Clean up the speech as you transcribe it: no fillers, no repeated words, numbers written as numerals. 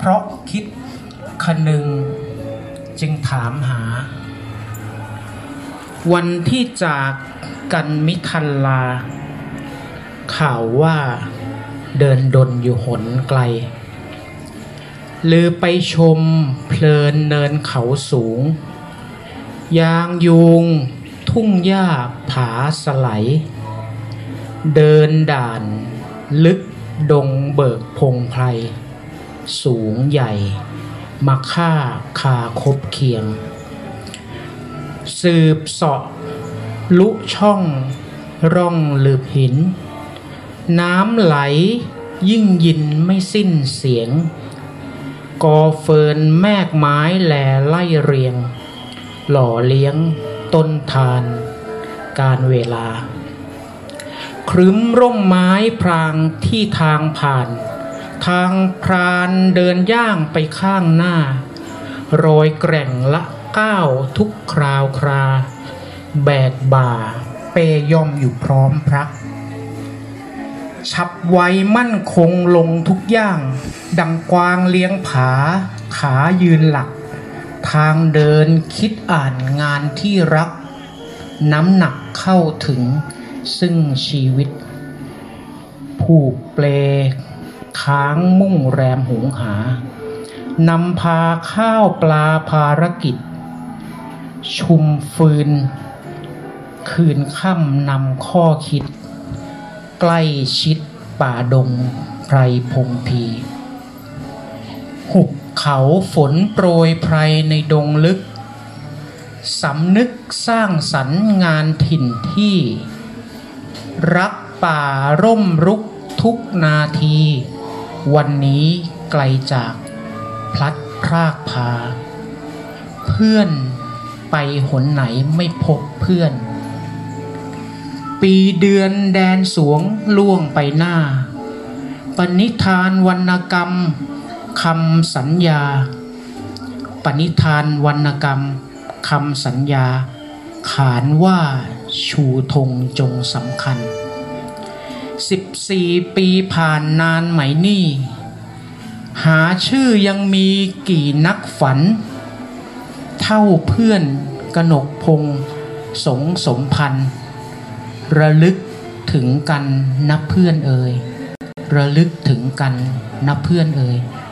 เพราะคิดคนึงจึงถามหาวันที่จากกันมิทันลาข่าวว่าเดินดนอยู่หนไกลลือไปชมเพลินเนินเขาสูงยางยูงทุ่งหญ้าผาสไลเดินด่านลึกดงเบิกพงไพรสูงใหญ่มาฆ่าคาคบเคียงสืบเสาะลุช่องร่องลืบหินน้ำไหลยิ่งยินไม่สิ้นเสียงกอเฟิร์นแมกไม้แลไล่เรียงหล่อเลี้ยงต้นทานการเวลาครึ้มร่มไม้พรางที่ทางผ่านทางพรานเดินย่างไปข้างหน้ารอยแกร่งละก้าวทุกคราวคราแบกบ่าเปย่อมอยู่พร้อมพรักฉับไวมั่นคงลงทุกอย่างดังกวางเลี้ยงผาขายืนหลักทางเดินคิดอ่านงานที่รักน้ำหนักเข้าถึงซึ่งชีวิตผูกเปลค้างมุ่งแรมหุงหานำพาข้าวปลาภารกิจชุมฟืนคืนค่ำนำข้อคิดใกล้ชิดป่าดงไพรพงพีหุบเขาฝนโปรยไพรในดงลึกสำนึกสร้างสรรค์งานถิ่นที่รักป่าร่มรุกทุกนาทีวันนี้ไกลจากพลัดพรากพาเพื่อนไปหนไหนไม่พบเพื่อนปีเดือนแดนสวงล่วงไปหน้าปณิธานวรรณกรรมคำสัญญาปณิธานวรรณกรรมคำสัญญาขานว่าชูธงจงสำคัญ14 ปีผ่านนานไหมนี่หาชื่อยังมีกี่นักฝันเท่าเพื่อนกนกพงสมพันธ์ระลึกถึงกันนับเพื่อนเอ่ยระลึกถึงกันนับเพื่อนเอ่ย